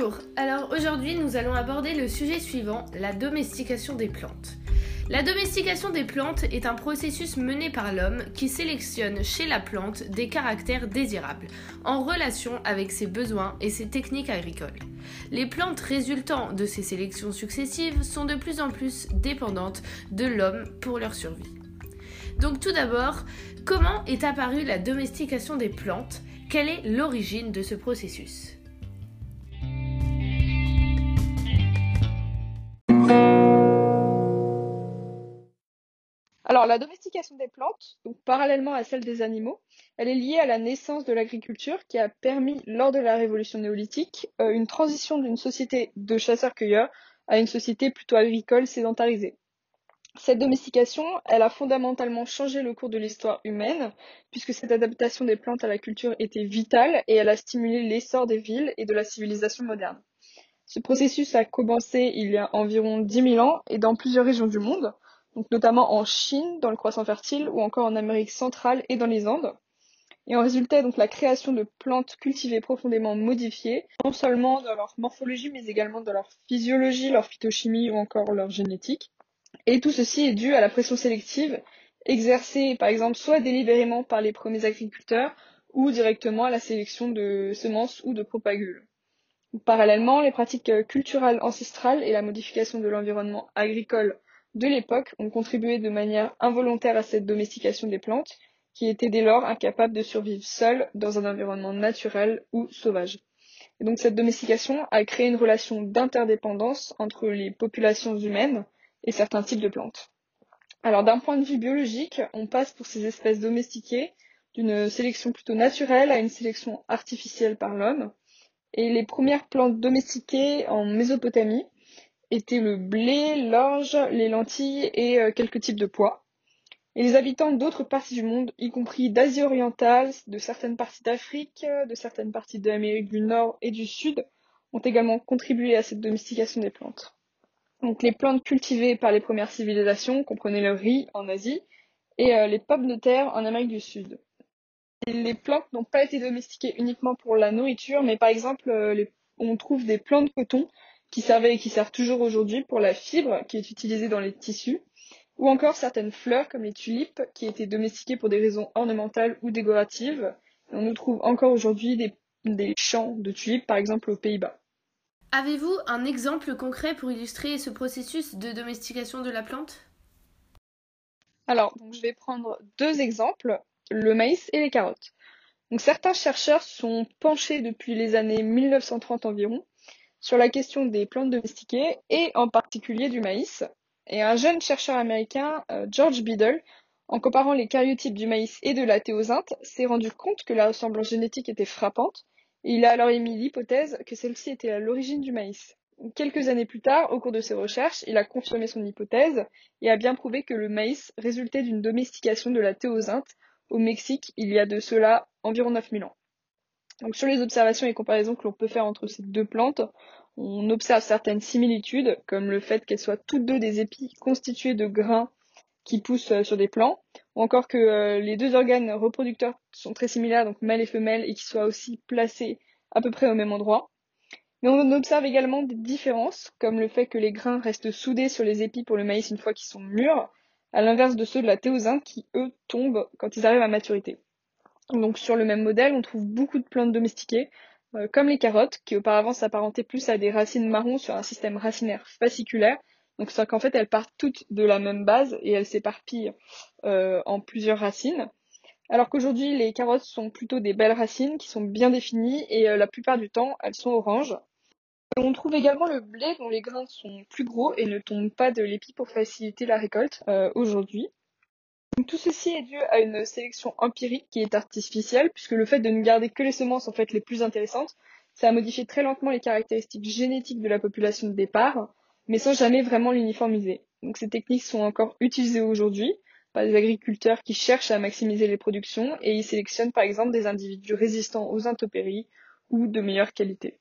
Bonjour, alors aujourd'hui nous allons aborder le sujet suivant, la domestication des plantes. La domestication des plantes est un processus mené par l'homme qui sélectionne chez la plante des caractères désirables, en relation avec ses besoins et ses techniques agricoles. Les plantes résultant de ces sélections successives sont de plus en plus dépendantes de l'homme pour leur survie. Donc tout d'abord, comment est apparue la domestication des plantes ? Quelle est l'origine de ce processus ? Alors, la domestication des plantes, donc parallèlement à celle des animaux, elle est liée à la naissance de l'agriculture qui a permis, lors de la révolution néolithique, une transition d'une société de chasseurs-cueilleurs à une société plutôt agricole sédentarisée. Cette domestication, elle a fondamentalement changé le cours de l'histoire humaine, puisque cette adaptation des plantes à la culture était vitale et elle a stimulé l'essor des villes et de la civilisation moderne. Ce processus a commencé il y a environ 10 000 ans et dans plusieurs régions du monde, donc notamment en Chine, dans le croissant fertile, ou encore en Amérique centrale et dans les Andes. Et en résultait donc la création de plantes cultivées profondément modifiées, non seulement dans leur morphologie, mais également dans leur physiologie, leur phytochimie ou encore leur génétique. Et tout ceci est dû à la pression sélective exercée, par exemple, soit délibérément par les premiers agriculteurs, ou directement à la sélection de semences ou de propagules. Parallèlement, les pratiques culturelles ancestrales et la modification de l'environnement agricole de l'époque ont contribué de manière involontaire à cette domestication des plantes, qui étaient dès lors incapables de survivre seules dans un environnement naturel ou sauvage. Et donc cette domestication a créé une relation d'interdépendance entre les populations humaines et certains types de plantes. Alors d'un point de vue biologique, on passe pour ces espèces domestiquées d'une sélection plutôt naturelle à une sélection artificielle par l'homme. Et les premières plantes domestiquées en Mésopotamie étaient le blé, l'orge, les lentilles et quelques types de pois. Et les habitants d'autres parties du monde, y compris d'Asie orientale, de certaines parties d'Afrique, de certaines parties de l'Amérique du Nord et du Sud, ont également contribué à cette domestication des plantes. Donc les plantes cultivées par les premières civilisations comprenaient le riz en Asie et les pommes de terre en Amérique du Sud. Les plantes n'ont pas été domestiquées uniquement pour la nourriture, mais par exemple, on trouve des plants de coton qui servaient et qui servent toujours aujourd'hui pour la fibre qui est utilisée dans les tissus, ou encore certaines fleurs comme les tulipes qui étaient domestiquées pour des raisons ornementales ou décoratives. Et on nous trouve encore aujourd'hui des champs de tulipes, par exemple aux Pays-Bas. Avez-vous un exemple concret pour illustrer ce processus de domestication de la plante ? Alors, donc, je vais prendre deux exemples, le maïs et les carottes. Donc, certains chercheurs sont penchés depuis les années 1930 environ sur la question des plantes domestiquées et en particulier du maïs. Et un jeune chercheur américain, George Biddle, en comparant les caryotypes du maïs et de la théosinte, s'est rendu compte que la ressemblance génétique était frappante et il a alors émis l'hypothèse que celle-ci était à l'origine du maïs. Quelques années plus tard, au cours de ses recherches, il a confirmé son hypothèse et a bien prouvé que le maïs résultait d'une domestication de la théosinte au Mexique il y a de cela environ 9000 ans. Donc, sur les observations et comparaisons que l'on peut faire entre ces deux plantes, on observe certaines similitudes, comme le fait qu'elles soient toutes deux des épis constitués de grains qui poussent sur des plants, ou encore que les deux organes reproducteurs sont très similaires, donc mâle et femelle, et qui soient aussi placés à peu près au même endroit. Mais on observe également des différences, comme le fait que les grains restent soudés sur les épis pour le maïs une fois qu'ils sont mûrs, à l'inverse de ceux de la théosinte qui, eux, tombent quand ils arrivent à maturité. Donc sur le même modèle, on trouve beaucoup de plantes domestiquées, comme les carottes, qui auparavant s'apparentaient plus à des racines marron sur un système racinaire fasciculaire. Donc c'est qu'en fait elles partent toutes de la même base et elles s'éparpillent en plusieurs racines. Alors qu'aujourd'hui les carottes sont plutôt des belles racines qui sont bien définies et la plupart du temps elles sont oranges. Et on trouve également le blé dont les grains sont plus gros et ne tombent pas de l'épi pour faciliter la récolte aujourd'hui. Donc, tout ceci est dû à une sélection empirique qui est artificielle, puisque le fait de ne garder que les semences en fait les plus intéressantes, ça a modifié très lentement les caractéristiques génétiques de la population de départ, mais sans jamais vraiment l'uniformiser. Donc ces techniques sont encore utilisées aujourd'hui par des agriculteurs qui cherchent à maximiser les productions et ils sélectionnent par exemple des individus résistants aux intempéries ou de meilleure qualité.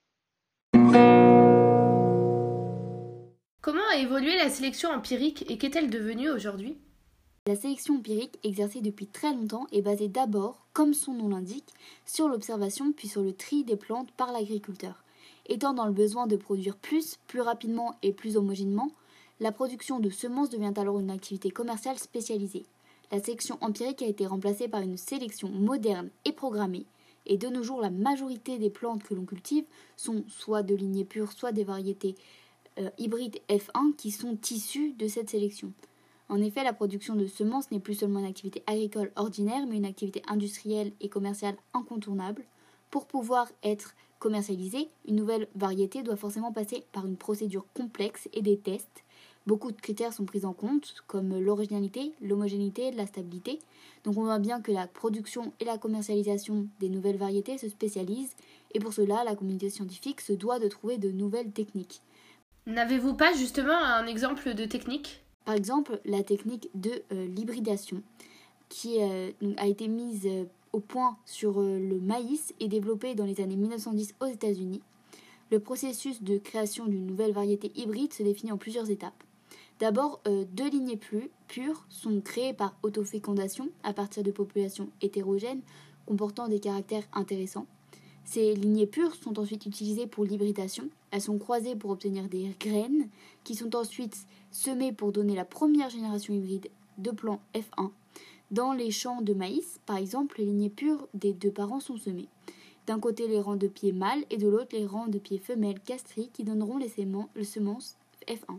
Comment a évolué la sélection empirique et qu'est-elle devenue aujourd'hui ? La sélection empirique, exercée depuis très longtemps, est basée d'abord, comme son nom l'indique, sur l'observation puis sur le tri des plantes par l'agriculteur. Étant dans le besoin de produire plus rapidement et plus homogènement, la production de semences devient alors une activité commerciale spécialisée. La sélection empirique a été remplacée par une sélection moderne et programmée, et de nos jours la majorité des plantes que l'on cultive sont soit de lignées pures, soit des variétés hybrides F1 qui sont issues de cette sélection. En effet, la production de semences n'est plus seulement une activité agricole ordinaire, mais une activité industrielle et commerciale incontournable. Pour pouvoir être commercialisée, une nouvelle variété doit forcément passer par une procédure complexe et des tests. Beaucoup de critères sont pris en compte, comme l'originalité, l'homogénéité, la stabilité. Donc on voit bien que la production et la commercialisation des nouvelles variétés se spécialisent, et pour cela, la communauté scientifique se doit de trouver de nouvelles techniques. N'avez-vous pas justement un exemple de technique ? Par exemple, la technique de l'hybridation, qui a été mise au point sur le maïs et développée dans les années 1910 aux États-Unis. Le processus de création d'une nouvelle variété hybride se définit en plusieurs étapes. D'abord, 2 lignées pures sont créées par autofécondation à partir de populations hétérogènes comportant des caractères intéressants. Ces lignées pures sont ensuite utilisées pour l'hybridation. Elles sont croisées pour obtenir des graines qui sont ensuite semées pour donner la première génération hybride de plants F1. Dans les champs de maïs, par exemple, les lignées pures des 2 parents sont semées. D'un côté les rangs de pieds mâles et de l'autre les rangs de pieds femelles castrés qui donneront les semences F1.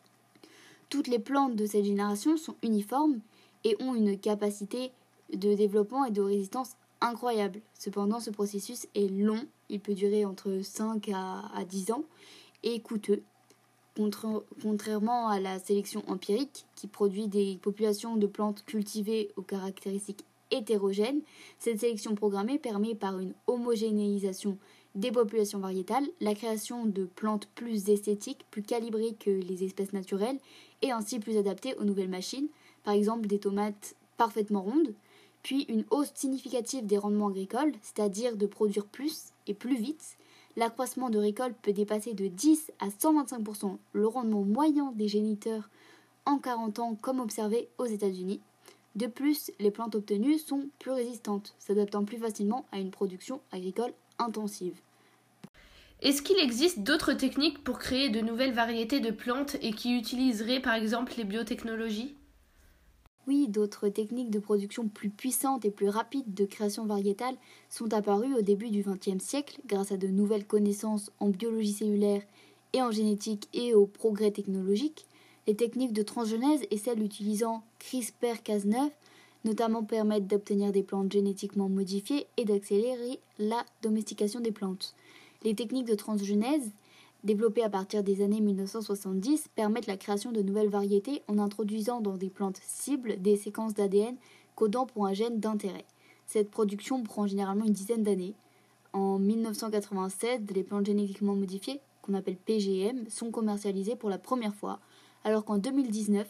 Toutes les plantes de cette génération sont uniformes et ont une capacité de développement et de résistance incroyable. Cependant, ce processus est long, il peut durer entre 5 à 10 ans et coûteux. Contrairement à la sélection empirique qui produit des populations de plantes cultivées aux caractéristiques hétérogènes, cette sélection programmée permet par une homogénéisation des populations variétales, la création de plantes plus esthétiques, plus calibrées que les espèces naturelles et ainsi plus adaptées aux nouvelles machines, par exemple des tomates parfaitement rondes, puis une hausse significative des rendements agricoles, c'est-à-dire de produire plus et plus vite. L'accroissement de récolte peut dépasser de 10 à 125% le rendement moyen des géniteurs en 40 ans comme observé aux États-Unis. De plus, les plantes obtenues sont plus résistantes, s'adaptant plus facilement à une production agricole intensive. Est-ce qu'il existe d'autres techniques pour créer de nouvelles variétés de plantes et qui utiliseraient par exemple les biotechnologies ? Oui, d'autres techniques de production plus puissantes et plus rapides de création variétale sont apparues au début du XXe siècle grâce à de nouvelles connaissances en biologie cellulaire et en génétique et aux progrès technologiques. Les techniques de transgenèse et celles utilisant CRISPR-Cas9 notamment permettent d'obtenir des plantes génétiquement modifiées et d'accélérer la domestication des plantes. Les techniques de transgenèse développées à partir des années 1970 permettent la création de nouvelles variétés en introduisant dans des plantes cibles des séquences d'ADN codant pour un gène d'intérêt. Cette production prend généralement une dizaine d'années. En 1987, les plantes génétiquement modifiées, qu'on appelle PGM, sont commercialisées pour la première fois, alors qu'en 2019,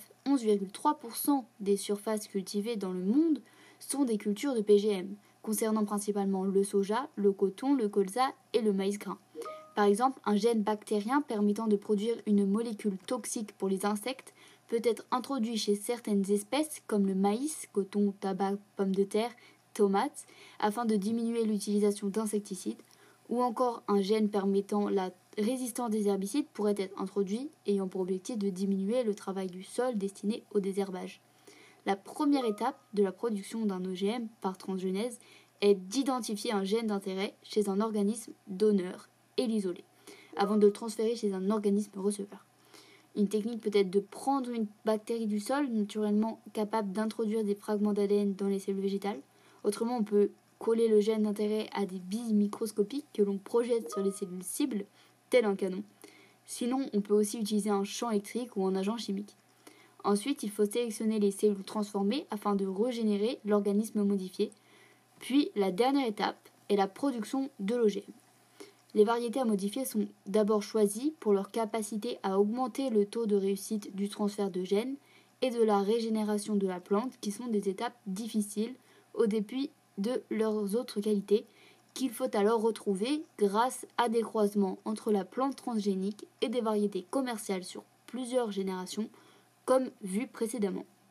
11,3% des surfaces cultivées dans le monde sont des cultures de PGM, concernant principalement le soja, le coton, le colza et le maïs grain. Par exemple, un gène bactérien permettant de produire une molécule toxique pour les insectes peut être introduit chez certaines espèces comme le maïs, coton, tabac, pommes de terre, tomates, afin de diminuer l'utilisation d'insecticides, ou encore un gène permettant la résistance des herbicides pourrait être introduit, ayant pour objectif de diminuer le travail du sol destiné au désherbage. La première étape de la production d'un OGM par transgenèse est d'identifier un gène d'intérêt chez un organisme donneur et l'isoler, avant de le transférer chez un organisme receveur. Une technique peut être de prendre une bactérie du sol naturellement capable d'introduire des fragments d'ADN dans les cellules végétales. Autrement, on peut coller le gène d'intérêt à des billes microscopiques que l'on projette sur les cellules cibles, tel un canon. Sinon, on peut aussi utiliser un champ électrique ou un agent chimique. Ensuite, il faut sélectionner les cellules transformées afin de régénérer l'organisme modifié. Puis, la dernière étape est la production de l'OGM. Les variétés à modifier sont d'abord choisies pour leur capacité à augmenter le taux de réussite du transfert de gènes et de la régénération de la plante, qui sont des étapes difficiles au début de leurs autres qualités, qu'il faut alors retrouver grâce à des croisements entre la plante transgénique et des variétés commerciales sur plusieurs générations, comme vu précédemment.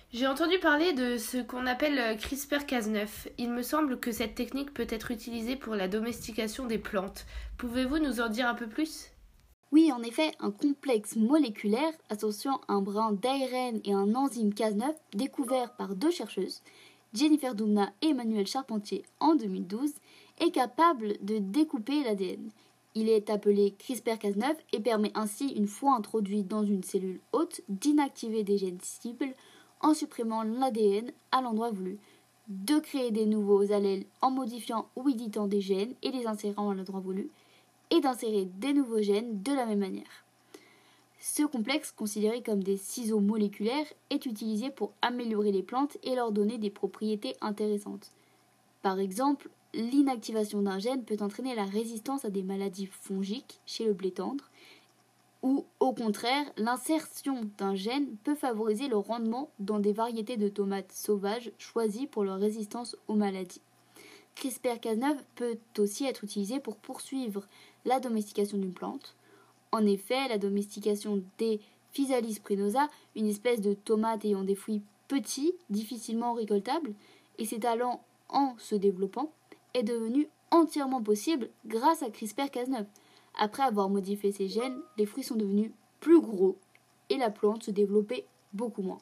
J'ai entendu parler de ce qu'on appelle CRISPR-Cas9. Il me semble que cette technique peut être utilisée pour la domestication des plantes. Pouvez-vous nous en dire un peu plus? Oui, en effet, un complexe moléculaire associant un brin d'ARN et un enzyme Cas9 découvert par deux chercheuses, Jennifer Doudna et Emmanuelle Charpentier en 2012, est capable de découper l'ADN. Il est appelé CRISPR-Cas9 et permet ainsi, une fois introduit dans une cellule hôte, d'inactiver des gènes cibles en supprimant l'ADN à l'endroit voulu, de créer des nouveaux allèles en modifiant ou éditant des gènes et les insérant à l'endroit voulu, et d'insérer des nouveaux gènes de la même manière. Ce complexe, considéré comme des ciseaux moléculaires, est utilisé pour améliorer les plantes et leur donner des propriétés intéressantes. Par exemple, l'inactivation d'un gène peut entraîner la résistance à des maladies fongiques chez le blé tendre, ou au contraire, l'insertion d'un gène peut favoriser le rendement dans des variétés de tomates sauvages choisies pour leur résistance aux maladies. CRISPR-Cas9 peut aussi être utilisé pour poursuivre la domestication d'une plante. En effet, la domestication des Physalis sprenosa, une espèce de tomate ayant des fruits petits, difficilement récoltables, et s'étalant en se développant, est devenue entièrement possible grâce à CRISPR-Cas9. Après avoir modifié ces gènes, les fruits sont devenus plus gros et la plante se développait beaucoup moins.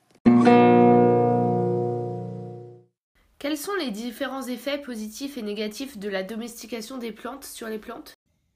Quels sont les différents effets positifs et négatifs de la domestication des plantes sur les plantes?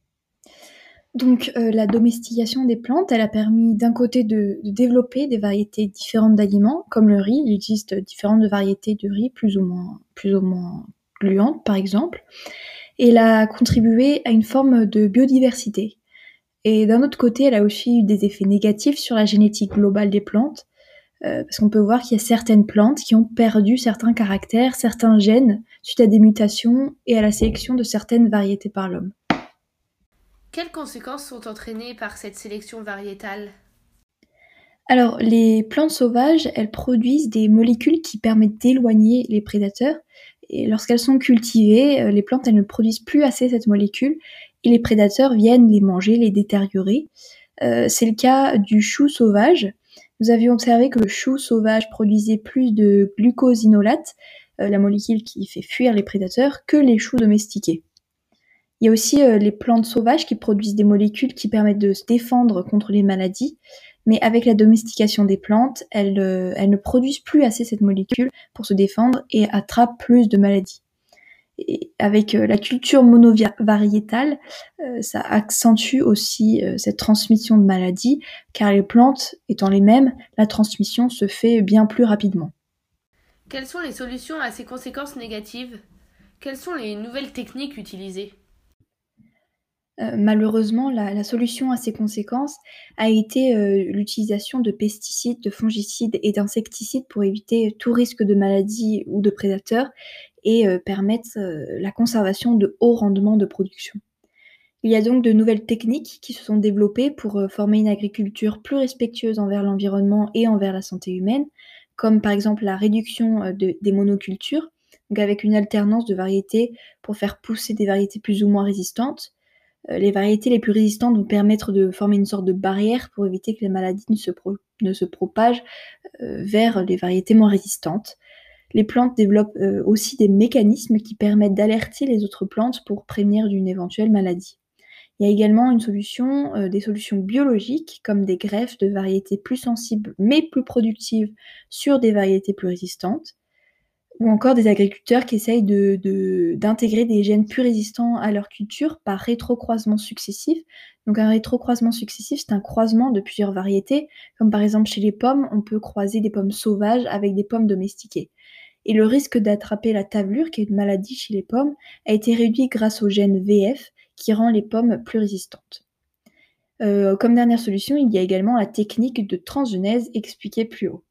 Donc la domestication des plantes, elle a permis d'un côté de développer des variétés différentes d'aliments, comme le riz. Il existe différentes variétés de riz, plus ou moins gluantes par exemple. Et elle a contribué à une forme de biodiversité. Et d'un autre côté, elle a aussi eu des effets négatifs sur la génétique globale des plantes, parce qu'on peut voir qu'il y a certaines plantes qui ont perdu certains caractères, certains gènes, suite à des mutations et à la sélection de certaines variétés par l'homme. Quelles conséquences sont entraînées par cette sélection variétale? Alors, les plantes sauvages, elles produisent des molécules qui permettent d'éloigner les prédateurs. Et lorsqu'elles sont cultivées, les plantes, elles ne produisent plus assez cette molécule et les prédateurs viennent les manger, les détériorer. C'est le cas du chou sauvage. Nous avions observé que le chou sauvage produisait plus de glucosinolate, la molécule qui fait fuir les prédateurs, que les choux domestiqués. Il y a aussi les plantes sauvages qui produisent des molécules qui permettent de se défendre contre les maladies, mais avec la domestication des plantes, elles ne produisent plus assez cette molécule pour se défendre et attrapent plus de maladies. Et avec la culture monovariétale, ça accentue aussi cette transmission de maladies, car les plantes étant les mêmes, la transmission se fait bien plus rapidement. Quelles sont les solutions à ces conséquences négatives? Quelles sont les nouvelles techniques utilisées? Malheureusement, la solution à ces conséquences a été l'utilisation de pesticides, de fongicides et d'insecticides pour éviter tout risque de maladie ou de prédateurs et permettre la conservation de hauts rendements de production. Il y a donc de nouvelles techniques qui se sont développées pour former une agriculture plus respectueuse envers l'environnement et envers la santé humaine, comme par exemple la réduction des monocultures, donc avec une alternance de variétés pour faire pousser des variétés plus ou moins résistantes. Les variétés les plus résistantes vont permettre de former une sorte de barrière pour éviter que les maladies ne se propagent vers les variétés moins résistantes. Les plantes développent aussi des mécanismes qui permettent d'alerter les autres plantes pour prévenir d'une éventuelle maladie. Il y a également des solutions biologiques comme des greffes de variétés plus sensibles mais plus productives sur des variétés plus résistantes, ou encore des agriculteurs qui essayent d'intégrer des gènes plus résistants à leur culture par rétrocroisement successif. Donc un rétrocroisement successif, c'est un croisement de plusieurs variétés, comme par exemple chez les pommes, on peut croiser des pommes sauvages avec des pommes domestiquées. Et le risque d'attraper la tavelure, qui est une maladie chez les pommes, a été réduit grâce au gène VF, qui rend les pommes plus résistantes. Comme dernière solution, il y a également la technique de transgenèse expliquée plus haut.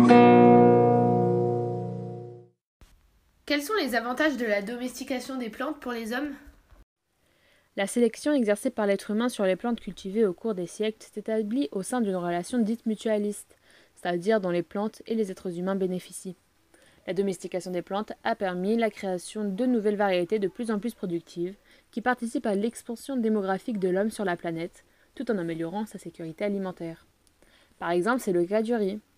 Quels sont les avantages de la domestication des plantes pour les hommes? La sélection exercée par l'être humain sur les plantes cultivées au cours des siècles s'établit au sein d'une relation dite mutualiste, c'est-à-dire dont les plantes et les êtres humains bénéficient. La domestication des plantes a permis la création de nouvelles variétés de plus en plus productives qui participent à l'expansion démographique de l'homme sur la planète, tout en améliorant sa sécurité alimentaire. Par exemple, c'est le cas du riz.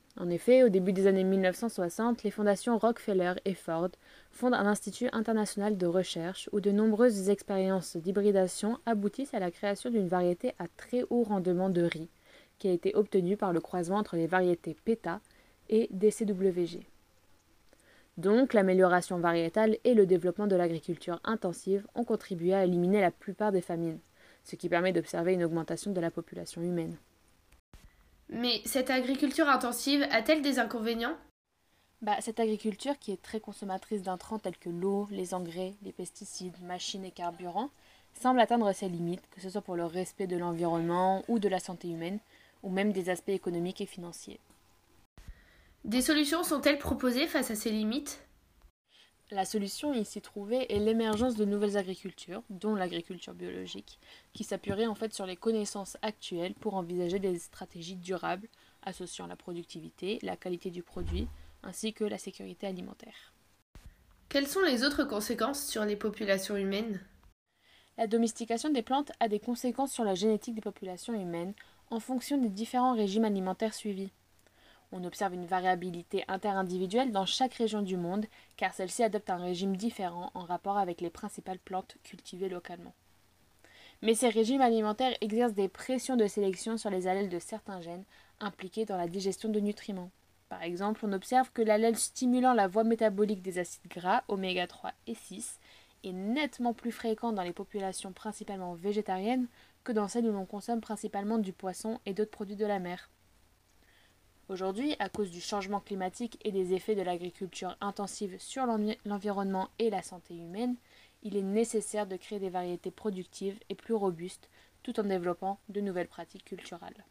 En effet, au début des années 1960, les fondations Rockefeller et Ford fondent un institut international de recherche où de nombreuses expériences d'hybridation aboutissent à la création d'une variété à très haut rendement de riz, qui a été obtenue par le croisement entre les variétés PETA et DCWG. Donc, l'amélioration variétale et le développement de l'agriculture intensive ont contribué à éliminer la plupart des famines, ce qui permet d'observer une augmentation de la population humaine. Mais cette agriculture intensive a-t-elle des inconvénients ? Cette agriculture, qui est très consommatrice d'intrants tels que l'eau, les engrais, les pesticides, machines et carburants, semble atteindre ses limites, que ce soit pour le respect de l'environnement ou de la santé humaine, ou même des aspects économiques et financiers. Des solutions sont-elles proposées face à ces limites ? La solution ici trouvée est l'émergence de nouvelles agricultures, dont l'agriculture biologique, qui s'appuierait en fait sur les connaissances actuelles pour envisager des stratégies durables associant la productivité, la qualité du produit, ainsi que la sécurité alimentaire. Quelles sont les autres conséquences sur les populations humaines ? La domestication des plantes a des conséquences sur la génétique des populations humaines en fonction des différents régimes alimentaires suivis. On observe une variabilité interindividuelle dans chaque région du monde, car celle-ci adopte un régime différent en rapport avec les principales plantes cultivées localement. Mais ces régimes alimentaires exercent des pressions de sélection sur les allèles de certains gènes impliqués dans la digestion de nutriments. Par exemple, on observe que l'allèle stimulant la voie métabolique des acides gras, oméga 3 et 6, est nettement plus fréquent dans les populations principalement végétariennes que dans celles où l'on consomme principalement du poisson et d'autres produits de la mer. Aujourd'hui, à cause du changement climatique et des effets de l'agriculture intensive sur l'environnement et la santé humaine, il est nécessaire de créer des variétés productives et plus robustes, tout en développant de nouvelles pratiques culturelles.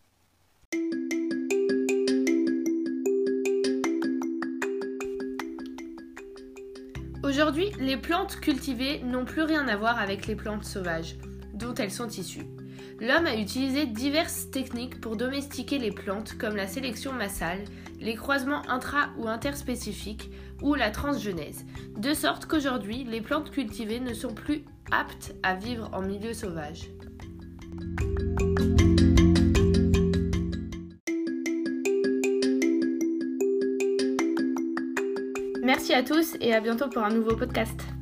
Aujourd'hui, les plantes cultivées n'ont plus rien à voir avec les plantes sauvages, dont elles sont issues. L'homme a utilisé diverses techniques pour domestiquer les plantes comme la sélection massale, les croisements intra- ou interspécifiques ou la transgenèse, de sorte qu'aujourd'hui, les plantes cultivées ne sont plus aptes à vivre en milieu sauvage. Merci à tous et à bientôt pour un nouveau podcast.